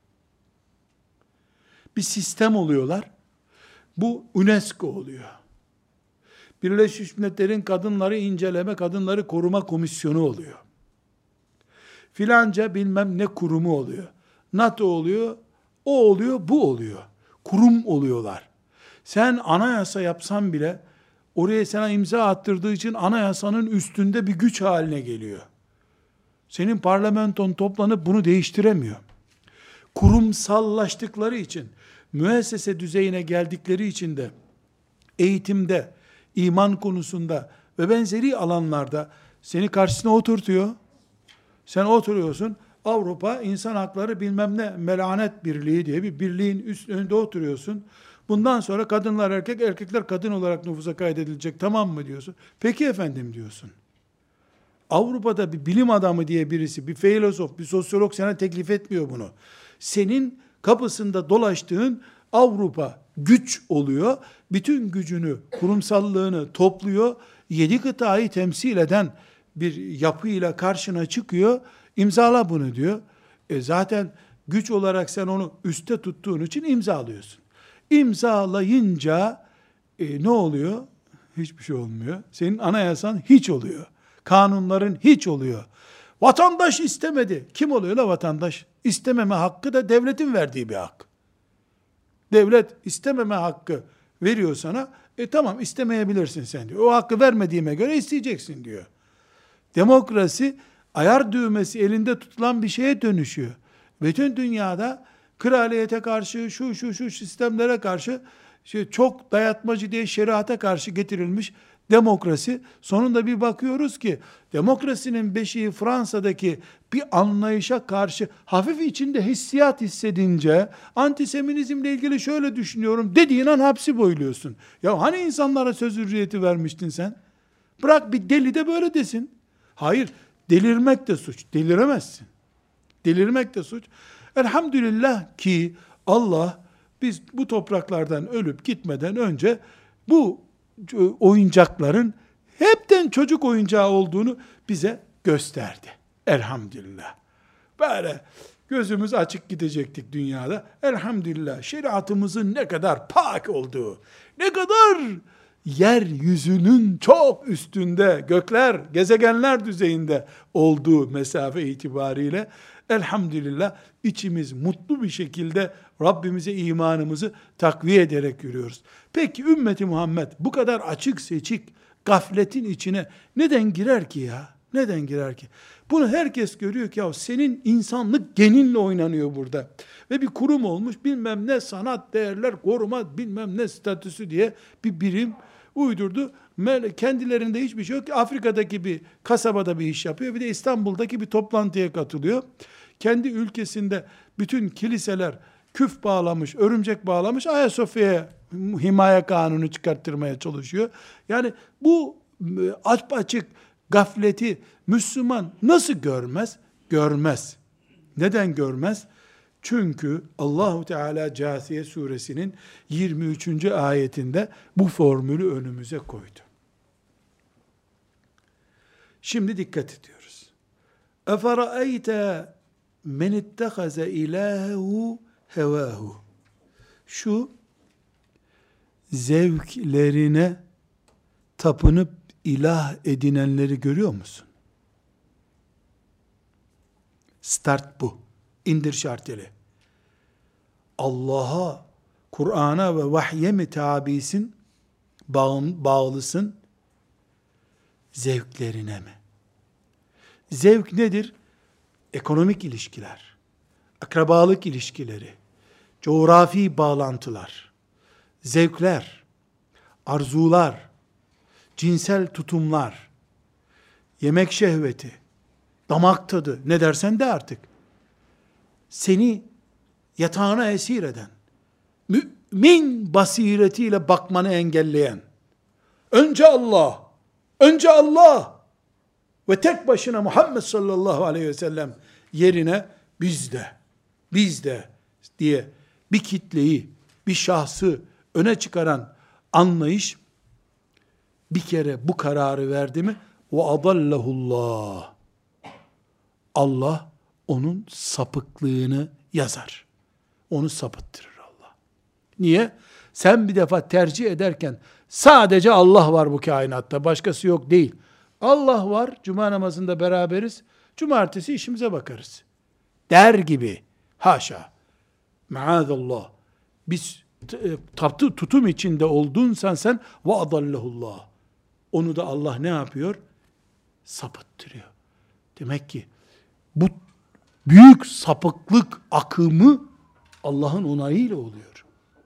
Bir sistem oluyorlar. Bu U N E S C O oluyor. Birleşmiş Milletler'in kadınları inceleme, kadınları koruma komisyonu oluyor. Filanca bilmem ne kurumu oluyor. NATO oluyor, o oluyor, bu oluyor. Kurum oluyorlar. Sen anayasa yapsan bile oraya sana imza attırdığı için anayasanın üstünde bir güç haline geliyor. Senin parlamenton toplanıp bunu değiştiremiyor. Kurumsallaştıkları için, müessese düzeyine geldikleri için de eğitimde, iman konusunda ve benzeri alanlarda seni karşısına oturtuyor. Sen oturuyorsun, Avrupa İnsan Hakları bilmem ne Melanet Birliği diye bir birliğin üst önünde oturuyorsun. Bundan sonra kadınlar erkek, erkekler kadın olarak nüfusa kaydedilecek, tamam mı diyorsun. Peki efendim diyorsun. Avrupa'da bir bilim adamı diye birisi, bir filozof, bir sosyolog sana teklif etmiyor bunu. Senin kapısında dolaştığın Avrupa güç oluyor. Bütün gücünü, kurumsallığını topluyor. Yedi kıtayı temsil eden bir yapıyla karşına çıkıyor. İmzala bunu diyor. E zaten güç olarak sen onu üstte tuttuğun için imzalıyorsun. İmzalayınca e, ne oluyor? Hiçbir şey olmuyor. Senin anayasan hiç oluyor. Kanunların hiç oluyor. Vatandaş istemedi. Kim oluyor la vatandaş? İstememe hakkı da devletin verdiği bir hak. Devlet istememe hakkı veriyor sana. E tamam istemeyebilirsin sen diyor. O hakkı vermediğime göre isteyeceksin diyor. Demokrasi ayar düğmesi elinde tutulan bir şeye dönüşüyor. Bütün dünyada kraliyete karşı, şu şu şu sistemlere karşı şey, çok dayatmacı diye şeriata karşı getirilmiş demokrasi. Sonunda bir bakıyoruz ki demokrasinin beşiği Fransa'daki bir anlayışa karşı hafif içinde hissiyat hissedince antisemitizmle ilgili şöyle düşünüyorum dediğin an hapsi boyluyorsun. Ya hani insanlara söz hürriyeti vermiştin sen? Bırak bir deli de böyle desin. Hayır, delirmek de suç. Deliremezsin. Delirmek de suç. Elhamdülillah ki Allah biz bu topraklardan ölüp gitmeden önce bu oyuncakların hepten çocuk oyuncağı olduğunu bize gösterdi. Elhamdülillah. Böyle gözümüz açık gidecektik dünyada. Elhamdülillah şeriatımızın ne kadar pak olduğu, ne kadar yeryüzünün çok üstünde, gökler, gezegenler düzeyinde olduğu mesafe itibariyle elhamdülillah içimiz mutlu bir şekilde Rabbimize imanımızı takviye ederek yürüyoruz. Peki ümmeti Muhammed bu kadar açık seçik gafletin içine neden girer ki ya? Neden girer ki? Bunu herkes görüyor ki ya senin insanlık geninle oynanıyor burada. Ve bir kurum olmuş bilmem ne sanat değerler koruma bilmem ne statüsü diye bir birim uydurdu. Kendilerinde hiçbir şey yok ki Afrika'daki bir kasabada bir iş yapıyor. Bir de İstanbul'daki bir toplantıya katılıyor. Kendi ülkesinde bütün kiliseler küf bağlamış, örümcek bağlamış, Ayasofya'ya himaye kanunu çıkarttırmaya çalışıyor. Yani bu açık gafleti Müslüman nasıl görmez? Görmez. Neden görmez? Çünkü Allahu Teala Câsiye suresinin yirmi üçüncü ayetinde bu formülü önümüze koydu. Şimdi dikkat ediyoruz. اَفَرَأَيْتَ مَنِ اتَّخَذَ اِلَٰهُ هَوَاهُ Şu zevklerine tapınıp ilah edinenleri görüyor musun? Start bu. İndir şarteli. Allah'a, Kur'an'a ve vahye mi tabisin, bağlısın, zevklerine mi? Zevk nedir? Ekonomik ilişkiler, akrabalık ilişkileri, coğrafi bağlantılar, zevkler, arzular, cinsel tutumlar, yemek şehveti, damak tadı, ne dersen de artık, seni yatağına esir eden, mümin basiretiyle bakmanı engelleyen, önce Allah, önce Allah ve tek başına Muhammed sallallahu aleyhi ve sellem yerine bizde, bizde diye bir kitleyi, bir şahsı öne çıkaran anlayış, bir kere bu kararı verdi mi, وَاَضَلَّهُ Allah onun sapıklığını yazar. Onu sapıttırır Allah. Niye? Sen bir defa tercih ederken sadece Allah var bu kainatta, başkası yok değil. Allah var, cuma namazında beraberiz, cumartesi işimize bakarız. Der gibi, haşa, maazallah, biz taptı tutum içinde oldunsan sen, وَاَضَلَّهُ onu da Allah ne yapıyor? Sapıttırıyor. Demek ki bu büyük sapıklık akımı Allah'ın onayıyla oluyor.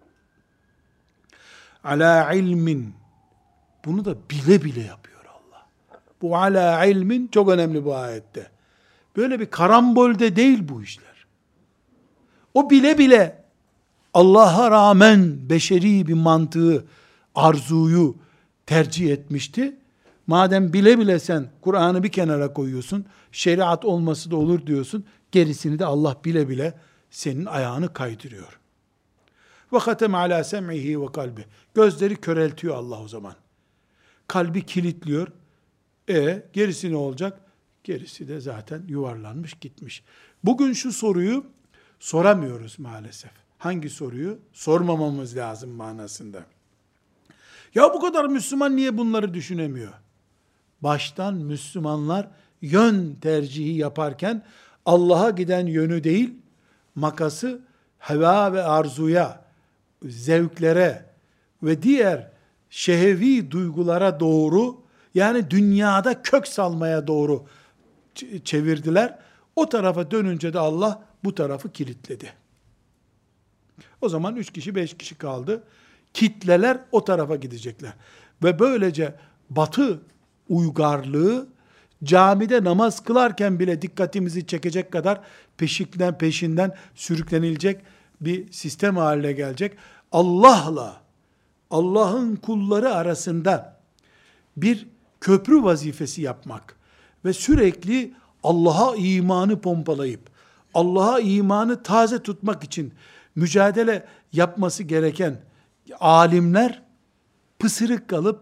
Ala ilmin, bunu da bile bile yapıyor Allah. Bu ala ilmin çok önemli bu ayette. Böyle bir karambolde değil bu işler. O bile bile Allah'a rağmen beşeri bir mantığı, arzuyu tercih etmişti. Madem bile bile sen Kur'an'ı bir kenara koyuyorsun, şeriat olması da olur diyorsun, gerisini de Allah bile bile senin ayağını kaydırıyor. Ve hatem ala sem'ihi ve kalbi. Gözleri köreltiyor Allah o zaman. Kalbi kilitliyor. E gerisi ne olacak? Gerisi de zaten yuvarlanmış gitmiş. Bugün şu soruyu soramıyoruz maalesef. Hangi soruyu? Sormamamız lazım manasında. Ya bu kadar Müslüman niye bunları düşünemiyor? Baştan Müslümanlar yön tercihi yaparken Allah'a giden yönü değil, makası heva ve arzuya, zevklere ve diğer şehevi duygulara doğru, yani dünyada kök salmaya doğru çevirdiler. O tarafa dönünce de Allah bu tarafı kilitledi. O zaman üç kişi, beş kişi kaldı. Kitleler o tarafa gidecekler. Ve böylece Batı uygarlığı camide namaz kılarken bile dikkatimizi çekecek kadar peşinden peşinden sürüklenilecek bir sistem haline gelecek. Allah'la Allah'ın kulları arasında bir köprü vazifesi yapmak ve sürekli Allah'a imanı pompalayıp Allah'a imanı taze tutmak için mücadele yapması gereken alimler pısırık kalıp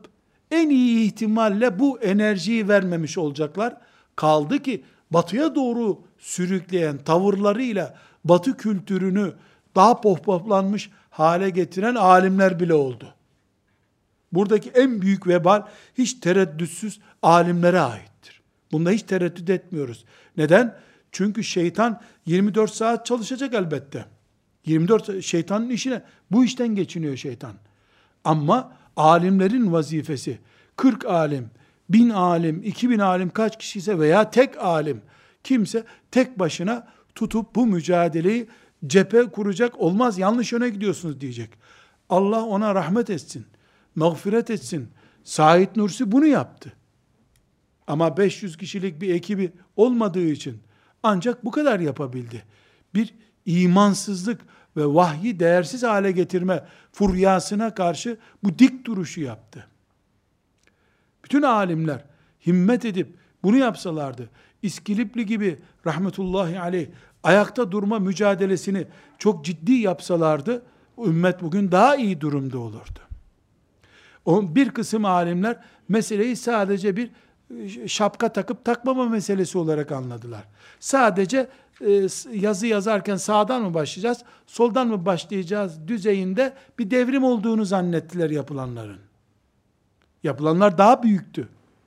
En iyi ihtimalle bu enerjiyi vermemiş olacaklar. Kaldı ki batıya doğru sürükleyen tavırlarıyla batı kültürünü daha pohpohlanmış hale getiren alimler bile oldu. Buradaki en büyük vebal hiç tereddütsüz alimlere aittir. Bunda hiç tereddüt etmiyoruz. Neden? Çünkü şeytan yirmi dört saat çalışacak elbette. yirmi dört şeytanın işine, bu işten geçiniyor şeytan. Ama alimlerin vazifesi, kırk alim, bin alim, iki bin alim kaç kişiyse veya tek alim kimse tek başına tutup bu mücadeleyi cephe kuracak, olmaz yanlış yöne gidiyorsunuz diyecek. Allah ona rahmet etsin, mağfiret etsin. Said Nursi bunu yaptı. Ama beş yüz kişilik bir ekibi olmadığı için ancak bu kadar yapabildi. Bir imansızlık ve vahyi değersiz hale getirme furyasına karşı bu dik duruşu yaptı. Bütün alimler himmet edip bunu yapsalardı, İskilipli gibi rahmetullahi aleyh ayakta durma mücadelesini çok ciddi yapsalardı, ümmet bugün daha iyi durumda olurdu. O bir kısım alimler meseleyi sadece bir şapka takıp takmama meselesi olarak anladılar. Sadece e, yazı yazarken sağdan mı başlayacağız, soldan mı başlayacağız düzeyinde bir devrim olduğunu zannettiler yapılanların. Yapılanlar daha büyüktü.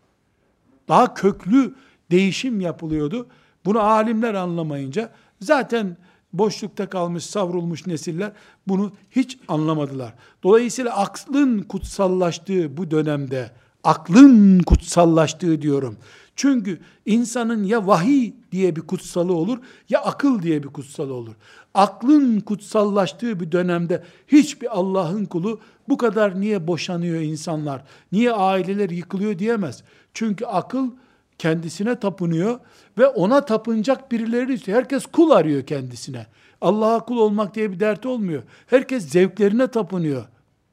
Daha köklü değişim yapılıyordu. Bunu alimler anlamayınca zaten boşlukta kalmış, savrulmuş nesiller bunu hiç anlamadılar. Dolayısıyla aklın kutsallaştığı bu dönemde, aklın kutsallaştığı diyorum. Çünkü insanın ya vahiy diye bir kutsalı olur, ya akıl diye bir kutsalı olur. Aklın kutsallaştığı bir dönemde hiçbir Allah'ın kulu bu kadar niye boşanıyor insanlar, niye aileler yıkılıyor diyemez. Çünkü akıl kendisine tapınıyor ve ona tapınacak birileri istiyor. Herkes kul arıyor kendisine. Allah'a kul olmak diye bir dert olmuyor. Herkes zevklerine tapınıyor.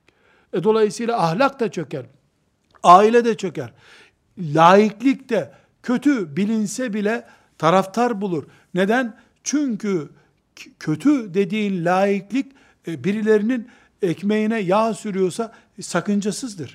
E dolayısıyla ahlak da çöker. Aile de çöker. Laiklik de kötü bilinse bile taraftar bulur. Neden? Çünkü kötü dediğin laiklik birilerinin ekmeğine yağ sürüyorsa sakıncasızdır.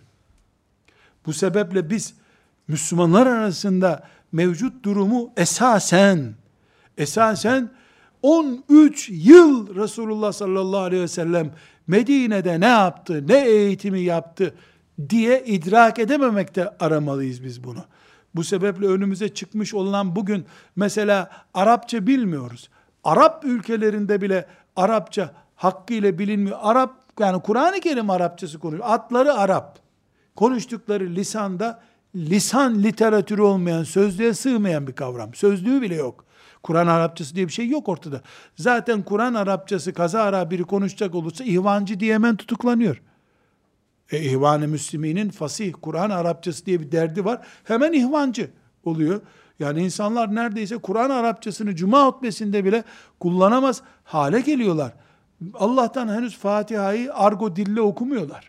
Bu sebeple biz Müslümanlar arasında mevcut durumu esasen esasen on üç yıl Resulullah sallallahu aleyhi ve sellem Medine'de ne yaptı, ne eğitimi yaptı diye idrak edememekte aramalıyız biz bunu. Bu sebeple önümüze çıkmış olan bugün mesela Arapça bilmiyoruz. Arap ülkelerinde bile Arapça hakkıyla bilinmiyor. Arap, yani Kur'an-ı Kerim Arapçası konuşuyor. Adları Arap. Konuştukları lisanda lisan literatürü olmayan, sözlüğe sığmayan bir kavram. Sözlüğü bile yok. Kur'an Arapçası diye bir şey yok ortada. Zaten Kur'an Arapçası kazara biri konuşacak olursa ihvancı diye hemen tutuklanıyor. E, İhvan-ı Müslümin'in fasih Kur'an Arapçası diye bir derdi var. Hemen ihvancı oluyor. Yani insanlar neredeyse Kur'an Arapçasını cuma hutbesinde bile kullanamaz hale geliyorlar. Allah'tan henüz Fatiha'yı argo dille okumuyorlar.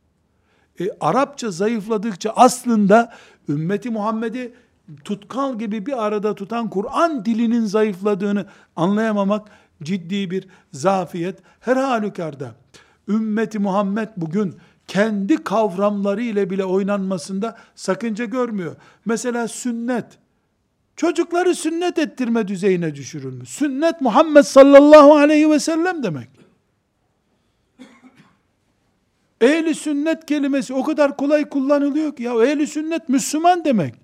E, Arapça zayıfladıkça aslında ümmeti Muhammed'i tutkal gibi bir arada tutan Kur'an dilinin zayıfladığını anlayamamak ciddi bir zafiyet. Her halükarda ümmeti Muhammed bugün kendi kavramları ile bile oynanmasında sakınca görmüyor. Mesela sünnet. Çocukları sünnet ettirme düzeyine düşürülmüş. Sünnet Muhammed sallallahu aleyhi ve sellem demek. Ehli sünnet kelimesi o kadar kolay kullanılıyor ki ya ehli sünnet Müslüman demek.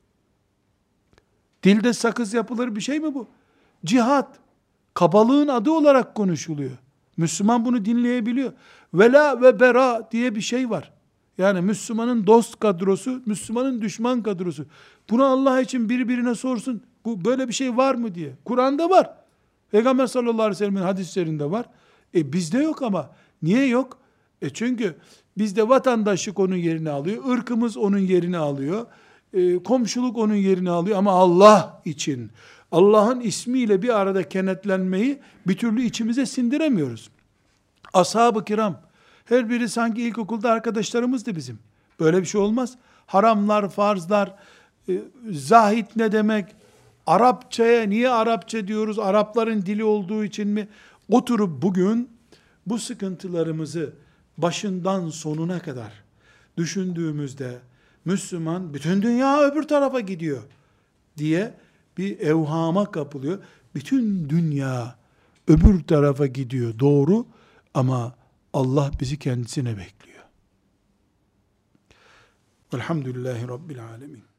Dilde sakız yapılır bir şey mi bu? Cihat kabalığın adı olarak konuşuluyor. Müslüman bunu dinleyebiliyor. Vela ve bera diye bir şey var. Yani Müslümanın dost kadrosu, Müslümanın düşman kadrosu. Bunu Allah için birbirine sorsun. Bu böyle bir şey var mı diye. Kur'an'da var. Peygamber sallallahu aleyhi ve sellem'in hadislerinde var. E bizde yok ama. Niye yok? E çünkü bizde vatandaşlık onun yerini alıyor. Irkımız onun yerini alıyor. E, komşuluk onun yerini alıyor. Ama Allah için, Allah'ın ismiyle bir arada kenetlenmeyi bir türlü içimize sindiremiyoruz. Ashab-ı kiram, her biri sanki ilkokulda arkadaşlarımızdı bizim. Böyle bir şey olmaz. Haramlar, farzlar, e, zahit ne demek? Arapçaya niye Arapça diyoruz? Arapların dili olduğu için mi? Oturup bugün bu sıkıntılarımızı başından sonuna kadar düşündüğümüzde Müslüman, bütün dünya öbür tarafa gidiyor diye bir evhama kapılıyor. Bütün dünya öbür tarafa gidiyor, doğru, ama Allah bizi kendisine bekliyor. Velhamdülillahi Rabbil Alemin.